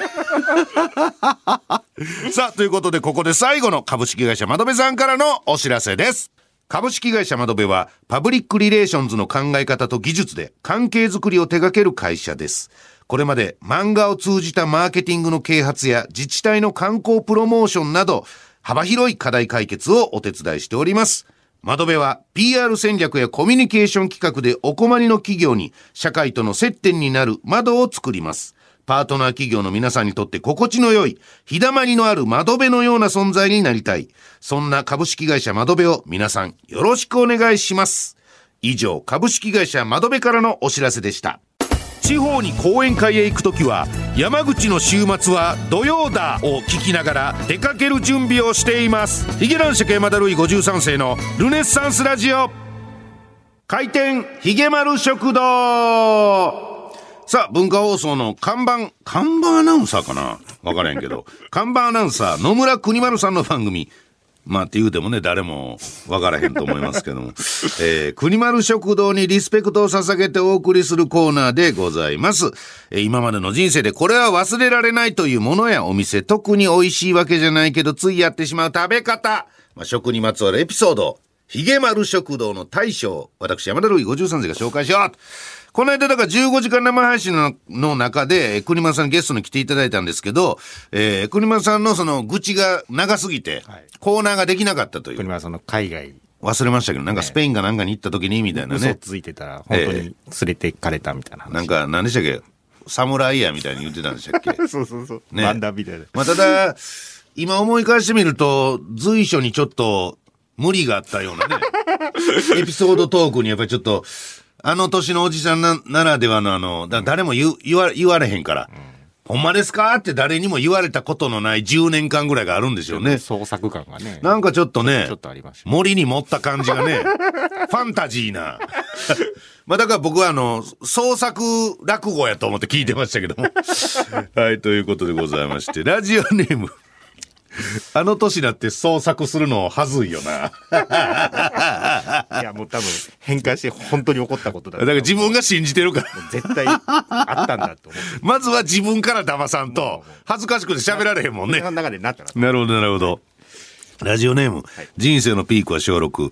ゃん。さあ、ということで、ここで最後の株式会社窓辺さんからのお知らせです。株式会社窓辺は、パブリックリレーションズの考え方と技術で関係づくりを手掛ける会社です。これまで漫画を通じたマーケティングの啓発や自治体の観光プロモーションなど、幅広い課題解決をお手伝いしております。窓辺は PR 戦略やコミュニケーション企画でお困りの企業に社会との接点になる窓を作ります。パートナー企業の皆さんにとって心地の良い、日だまりのある窓辺のような存在になりたい。そんな株式会社窓辺を皆さんよろしくお願いします。以上、株式会社窓辺からのお知らせでした。地方に講演会へ行くときは、山口の週末は土曜だを聞きながら出かける準備をしています。ヒゲ男爵山田ルイ53世のルネッサンスラジオ開店ヒゲ丸食堂。さあ、文化放送の看板アナウンサーかな、わからへんけど看板アナウンサー野村国丸さんの番組、まあって言うてもね、誰も分からへんと思いますけども、国丸食堂にリスペクトを捧げてお送りするコーナーでございます。今までの人生でこれは忘れられないというものやお店、特に美味しいわけじゃないけどついやってしまう食べ方、食にまつわるエピソード、ひげ丸食堂の大将、私山田ルイ53世が紹介しよう。この間だから15時間生配信の中で国間さんゲストに来ていただいたんですけど、国間さんのその愚痴が長すぎて、コーナーができなかったという。 国間さんの海外忘れましたけど、なんかスペインかなんかに行った時にみたいなね。 嘘ついてたら本当に連れてかれたみたいな話。 なんか何でしたっけ、侍やみたいに言ってたんでしたっけ。 そう、ね、漫談みたいな。 ただ今思い返してみると随所にちょっと無理があったようなねエピソードトークにやっぱりちょっとあの年のおじさん ならではの誰も言われへんから、ほんまですかって誰にも言われたことのない10年間ぐらいがあるんでしょうね。 創作感がね。 なんかちょっとね、 ちょっとありました。 森に持った感じがね、ファンタジーな。だから僕は創作落語やと思って聞いてましたけども。はい、ということでございまして、ラジオネーム。あの年だって創作するのはずいよな。 いや、もう多分変換して本当に起こったことだ。 だから自分が信じてるから。 絶対あったんだと思って。 まずは自分から騙さんと、恥ずかしくて喋られへんもんね。 その中でなったら。 なるほど、なるほど。ラジオネーム、人生のピークは小6。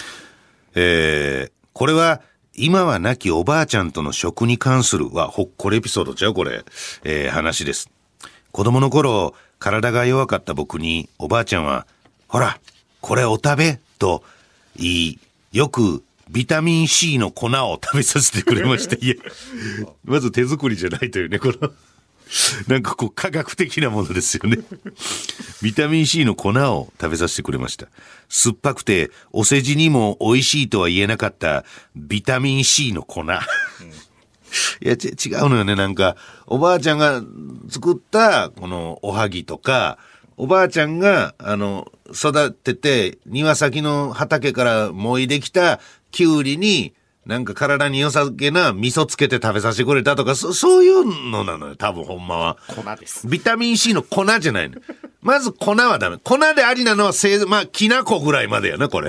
これは、今は亡きおばあちゃんとの食に関するほっこりエピソードちゃうこれ。話です。子供の頃、体が弱かった僕におばあちゃんは、ほら、これお食べと言い、よくビタミン C の粉を食べさせてくれました。いや、まず手作りじゃないというね、この、なんかこう科学的なものですよね。ビタミン C の粉を食べさせてくれました。酸っぱくてお世辞にも美味しいとは言えなかったビタミン C の粉。いや、違うのよね。なんか、おばあちゃんが作った、この、おはぎとか、おばあちゃんが、育てて、庭先の畑からもいできた、きゅうりに、なんか体に良さげな味噌つけて食べさせてくれたとか、そういうのなのよ。多分、ほんまは。 粉です。 ビタミン C の粉じゃないの。まず粉はダメ。粉でありなのはきな粉ぐらいまでやな、これ。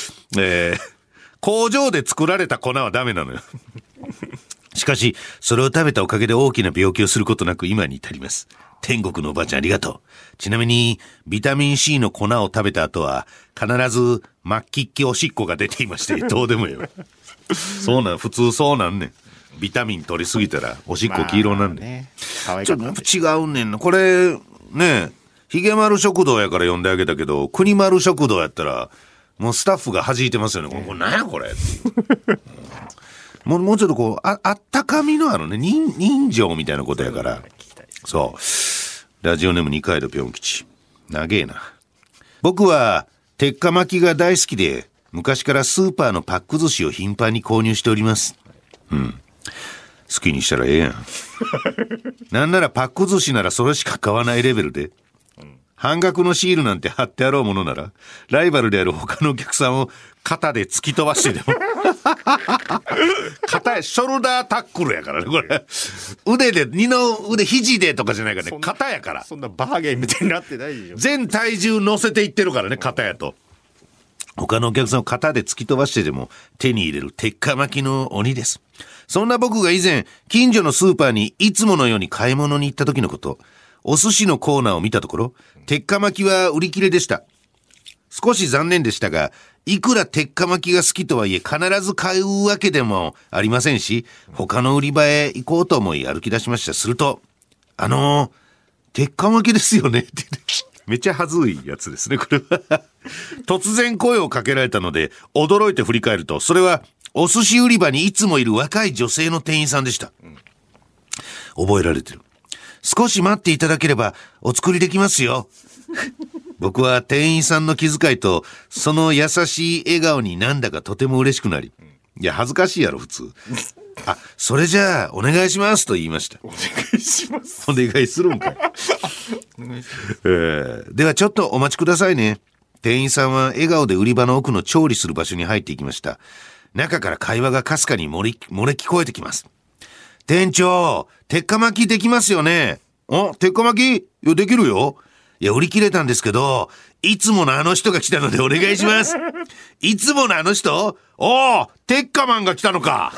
工場で作られた粉はダメなのよ。しかし、それを食べたおかげで大きな病気をすることなく今に至ります。天国のおばあちゃんありがとう。ちなみに、ビタミン C の粉を食べた後は、必ず末期っきおしっこが出ていまして、どうでもよ。そうなん、普通そうなんねん。ビタミン取りすぎたら、おしっこ黄色なんねん。ちょっと違うねんな。これ、ね、ひげ丸食堂やから呼んであげたけど、国丸食堂やったら、もうスタッフが弾いてますよね。これ何やこれっていう。もうちょっとこう、あったかみのあるね、人情みたいなことやから。そう。ラジオネーム二階堂ぴょん吉。長えな。僕は、 鉄火巻きが大好きで、昔からスーパーのパック寿司を頻繁に購入しております。好きにしたらええやん。なんならパック寿司ならそれしか買わないレベルで、半額のシールなんて貼ってあろうものなら、ライバルである他のお客さんを肩で突き飛ばしてでも肩へショルダータックルやからね、これ。腕で、二の腕、肘でとかじゃないからね、肩やから。 そんなバーゲンみたいになってないでしょ。 全体重乗せていってるからね、肩やと。他のお客さんを肩で突き飛ばしてでも手に入れる鉄火巻きの鬼です。そんな僕が以前、近所のスーパーにいつものように買い物に行った時のこと、お寿司のコーナーを見たところ、鉄火巻きは売り切れでした。少し残念でしたが、いくら鉄火巻きが好きとはいえ必ず買うわけでもありませんし、他の売り場へ行こうと思い歩き出しました。すると、鉄火巻きですよねってめっちゃ恥ずいやつですね、これは。突然声をかけられたので、驚いて振り返ると、それはお寿司売り場にいつもいる若い女性の店員さんでした。覚えられてる。少し待っていただければお作りできますよ。僕は店員さんの気遣いとその優しい笑顔になんだかとても嬉しくなり、いや恥ずかしいやろ普通。それじゃあお願いしますと言いました。 お願いします。 お願いするんかい。 お願いします。 ではちょっとお待ちくださいね。店員さんは笑顔で売り場の奥の調理する場所に入っていきました。中から会話がかすかに漏れ聞こえてきます。店長、鉄火巻きできますよね。鉄火巻き？いや、できるよ。いや、売り切れたんですけど、いつものあの人が来たのでお願いします。いつものあの人？鉄火マンが来たのか。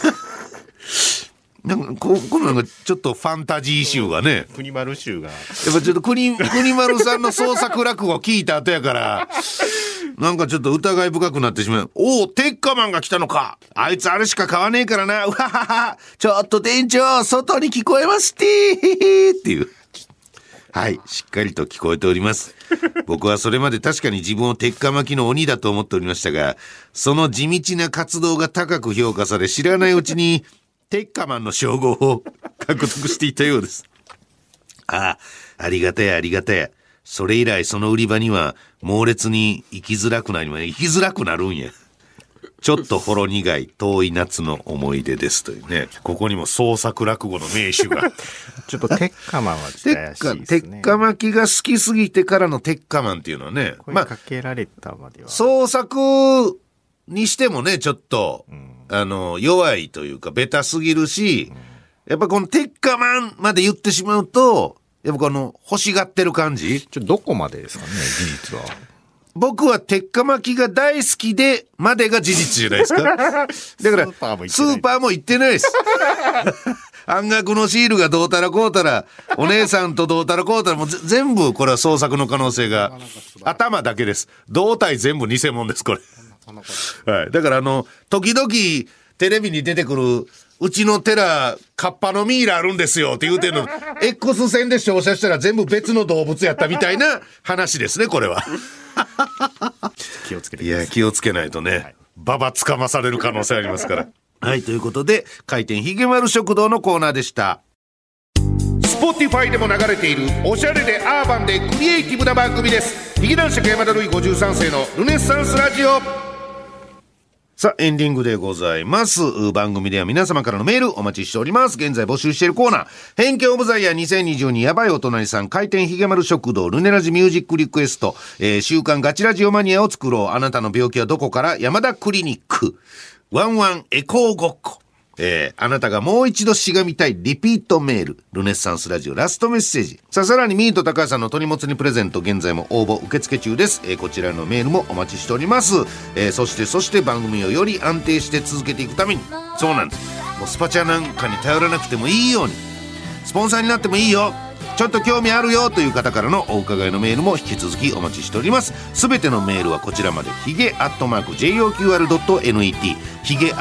なんかこのなんかちょっとファンタジー集がね。 国丸集が。やっぱちょっと国丸さんの創作落語を聞いた後やから、なんかちょっと疑い深くなってしまう。鉄火マンが来たのか。あいつあれしか買わねえからな。うわはは。ちょっと店長、外に聞こえますっていう。はい、しっかりと聞こえております。僕はそれまで確かに自分を鉄火巻きの鬼だと思っておりましたが、その地道な活動が高く評価され、知らないうちに鉄火マンの称号を獲得していたようです。ありがたやありがたや。それ以来その売り場には猛烈に行きづらくなるんや。ちょっとほろ苦い遠い夏の思い出ですというね。ここにも創作落語の名手が。 ちょっと鉄火マンはちょっと怪しいですね。 鉄火巻きが好きすぎてからの鉄火マンっていうのはね。 声かけられたまでは。 創作にしてもね、ちょっと、弱いというか、ベタすぎるし、やっぱこの鉄火マンまで言ってしまうと、やっぱ欲しがってる感じ？ どこまでですかね、事実は。 僕は鉄火巻きが大好きでまでが事実じゃないですか。だからスーパーも行ってないです。半額のシールがどうたらこうたら、お姉さんとどうたらこうたら、もう全部これは創作の可能性が、頭だけです。胴体全部偽物です、これ。はい。だから時々テレビに出てくる、うちの寺、カッパのミイラあるんですよって言うてんの、X 線で照射したら全部別の動物やったみたいな話ですね、これは。 気をつけてください。 いや、気をつけないとね、はい、ババつかまされる可能性ありますから。はい、ということで、開店ひげ丸食堂のコーナーでした。Spotify でも流れているおしゃれでアーバンでクリエイティブな番組です。ヒゲ男爵山田ルイ53世のルネッサンスラジオ。さあ、エンディングでございます。番組では皆様からのメールお待ちしております。現在募集しているコーナー、偏見オブザイヤー2022やばいお隣さん、開店ひげ丸食堂、ルネラジミュージックリクエスト、週刊ガチラジオマニアを作ろう。あなたの病気はどこから？山田クリニック。ワンワンエコーごっこ。あなたがもう一度しがみたいリピートメール、ルネッサンスラジオラストメッセージ。さらにミート高橋さんの鳥もつにプレゼント、現在も応募受付中です。こちらのメールもお待ちしております。そして番組をより安定して続けていくために、そうなんです、もうスパチャなんかに頼らなくてもいいように、スポンサーになってもいいよ、ちょっと興味あるよという方からのお伺いのメールも引き続きお待ちしております。すべてのメールはこちらまで、ヒゲ@joqr.net、ヒゲ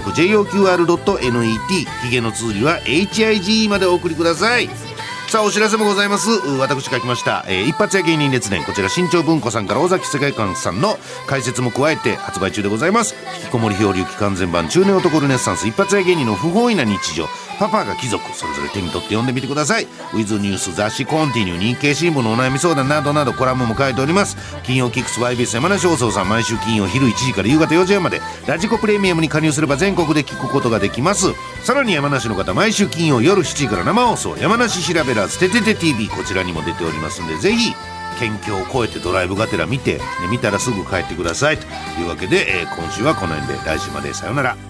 @joqr.net、ヒゲの綴りは HIGE までお送りください。さあ、お知らせもございます。私書きました、一発屋芸人列伝、こちら新潮文庫さんから尾崎世界観さんの解説も加えて発売中でございます。引きこもり漂流期間全版中年男ルネッサンス、一発屋芸人の不本意な日常、 パパが貴族、それぞれ手に取って読んでみてください。ウィズニュース、雑誌コンティニュー、日経新聞のお悩み相談などなどコラムも書いております。金曜キックス YBS 山梨放送さん、毎週金曜昼1時から夕方4時半までラジコプレミアムに加入すれば全国で聞くことができます。さらに山梨の方、毎週金曜夜7時から生放送、山梨調べらずててて TV、 こちらにも出ておりますんで、ぜひ県境を越えてドライブがてら見て、見たらすぐ帰ってくださいというわけで、今週はこの辺で、来週までさよなら。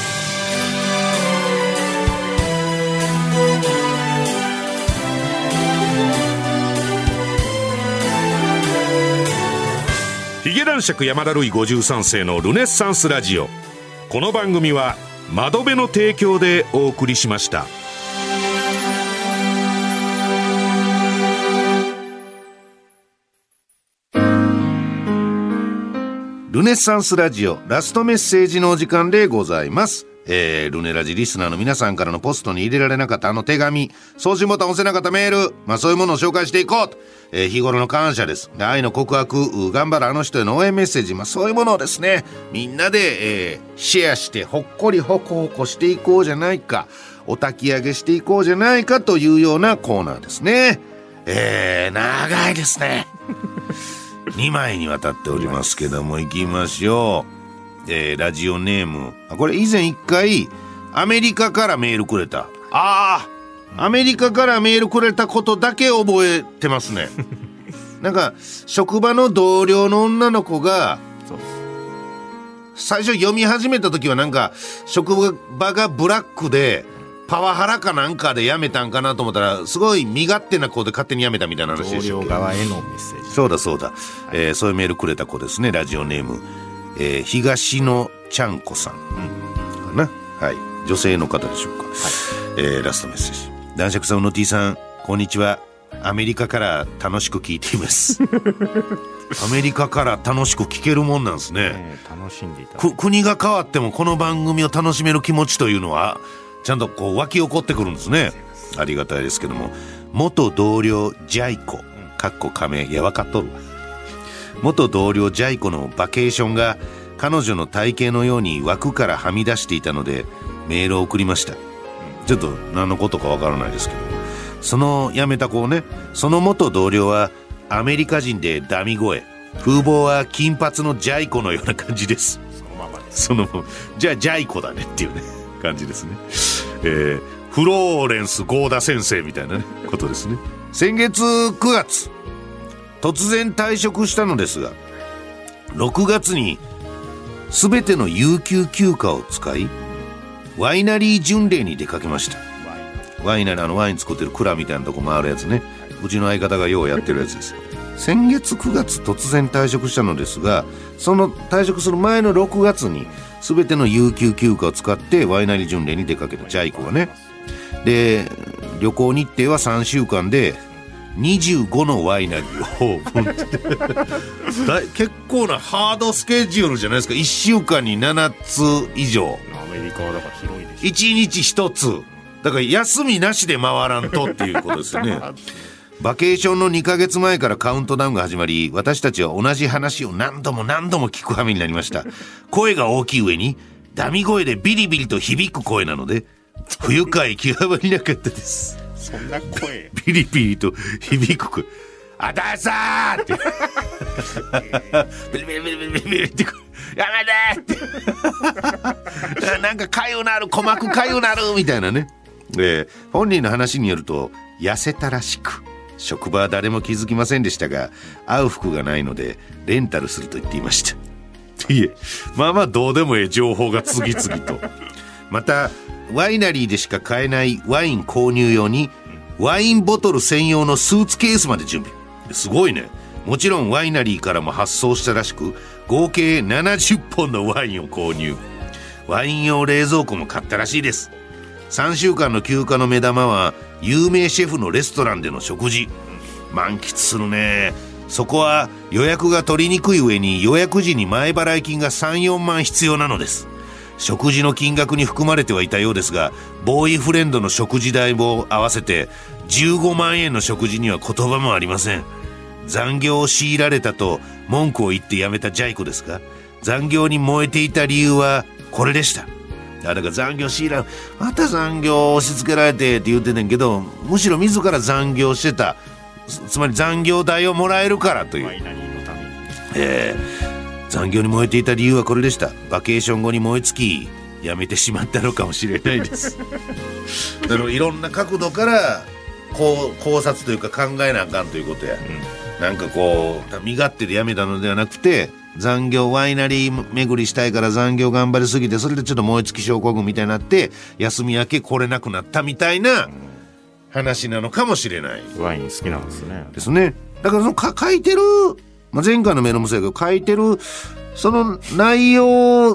ヒゲ男爵山田ルイ53世のルネッサンスラジオ。この番組は窓辺の提供でお送りしました。 ルネッサンスラジオラストメッセージのお時間でございます。ルネラジリスナーの皆さんからのポストに入れられなかったあの手紙、送信ボタン押せなかったメール、そういうものを紹介していこうと、日頃の感謝です。で、愛の告白、頑張るあの人への応援メッセージ、そういうものをですね、みんなで、シェアしてほっこりほこほこしていこうじゃないか、お焚き上げしていこうじゃないかというようなコーナーですね。長いですね。2枚にわたっておりますけども、行きましょう。ラジオネーム、これ以前1回アメリカからメールくれた。アメリカからメールくれたことだけ覚えてますね。なんか職場の同僚の女の子が、最初読み始めた時はなんか職場がブラックでパワハラかなんかで辞めたんかなと思ったら、すごい身勝手な子で勝手に辞めたみたいな話でした。 同僚側へのメッセージ。 そうだ、そういうメールくれた子ですね。ラジオネーム、東野ちゃんこさん、かな。はい、女性の方でしょうか。はい、ラストメッセージ。男爵さん、うの T さん、こんにちは。アメリカから楽しく聞いています。アメリカから楽しく聞けるもんなんですね。 楽しんでいた。 国が変わってもこの番組を楽しめる気持ちというのはちゃんとこう湧き起こってくるんですね。ありがたいですけども、元同僚ジャイコかっこ仮名、いや分かっとるわ。元同僚ジャイコのバケーションが彼女の体型のように枠からはみ出していたのでメールを送りました。ちょっと何のことかわからないですけど、その辞めた子をね、その元同僚はアメリカ人でダミ声、風貌は金髪のジャイコのような感じです。 そのままです。 じゃあジャイコだねっていうね感じですね。フローレンスゴーダ先生みたいなねことですね。先月9月突然退職したのですが、6月に全ての有給休暇を使いワイナリー巡礼に出かけました。ワイナリー、ワイン作ってる蔵みたいなとこ回るやつね。うちの相方がようやってるやつです。先月9月突然退職したのですが、その退職する前の6月に全ての有給休暇を使ってワイナリー巡礼に出かけたジャイコがね。で、旅行日程は3週間で25のワイナリーをオープン結構なハードスケジュールじゃないですか。1週間に7つ以上。 アメリカはだから広いです。 1日1つだから休みなしで回らんとっていうことですよね。バケーションの2ヶ月前からカウントダウンが始まり、私たちは同じ話を何度も聞く羽目になりました。声が大きい上にダミ声でビリビリと響く声なので不愉快極まりなかったです。 そんな声ビリビリと響く声、あたさーってビリビリビリビリビリってやめてってなんかかゆなる、鼓膜かゆなるみたいなね。本人の話によると痩せたらしく、職場は誰も気づきませんでしたが、合う服がないのでレンタルすると言っていました。いえ、まあどうでもええ情報が次々と。またワイナリーでしか買えないワイン購入用にワインボトル専用のスーツケースまで準備。すごいね。もちろんワイナリーからも発送したらしく、合計70本のワインを購入。ワイン用冷蔵庫も買ったらしいです。3週間の休暇の目玉は有名シェフのレストランでの食事。満喫するね。そこは予約が取りにくい上に予約時に前払い金が 3,4 万必要なのです。食事の金額に含まれてはいたようですが、ボーイフレンドの食事代も合わせて15万円の食事には言葉もありません。残業を強いられたと文句を言って辞めたジャイコですが、残業に燃えていた理由はこれでした。 だから残業強いらまた残業押し付けられてって言ってんねんけど、むしろ自ら残業してた、つまり残業代をもらえるからという、 ワイナリーのために。 残業に燃えていた理由はこれでした。バケーション後に燃え尽きやめてしまったのかもしれないですだからいろんな角度から考察というか考えなあかんということや、なんかこう身勝手でやめたのではなくて、残業ワイナリー巡りしたいから残業頑張りすぎて、それでちょっと燃え尽き症候群みたいになって休み明け来れなくなったみたいな話なのかもしれないワイン好きなんですね。 ですね。だからその書いてる、前回のメールもそうやけど、書いてるその内容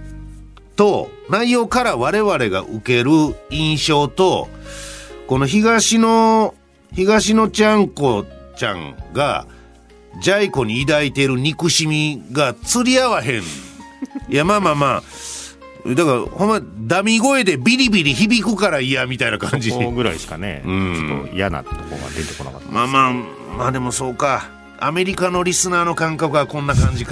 から我々が受ける印象と、この東野ちゃんこちゃんがジャイ子に抱いている憎しみが釣り合わへん。いやまあだからほんまダミ声でビリビリ響くから嫌みたいな感じ。 そこぐらいしかね、ちょっと嫌なとこが出てこなかった。 まあでもそうか、アメリカのリスナーの感覚はこんな感じか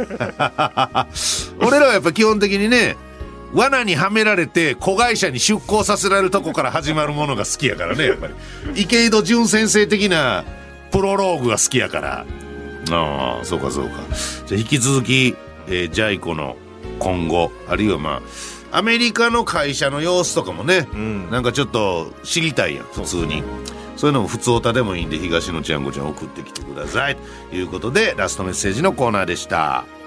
俺らはやっぱ基本的にね、罠にはめられて子会社に出向させられるとこから始まるものが好きやからね、やっぱり池井戸潤先生的なプロローグが好きやから。ああそうか。じゃあ引き続き、ジャイ子の今後、あるいはアメリカの会社の様子とかもね、なんかちょっと知りたいやん普通に。そういうのも普通歌でもいいんで、東野ちゃんこちゃん送ってきてくださいということで、ラストメッセージのコーナーでした。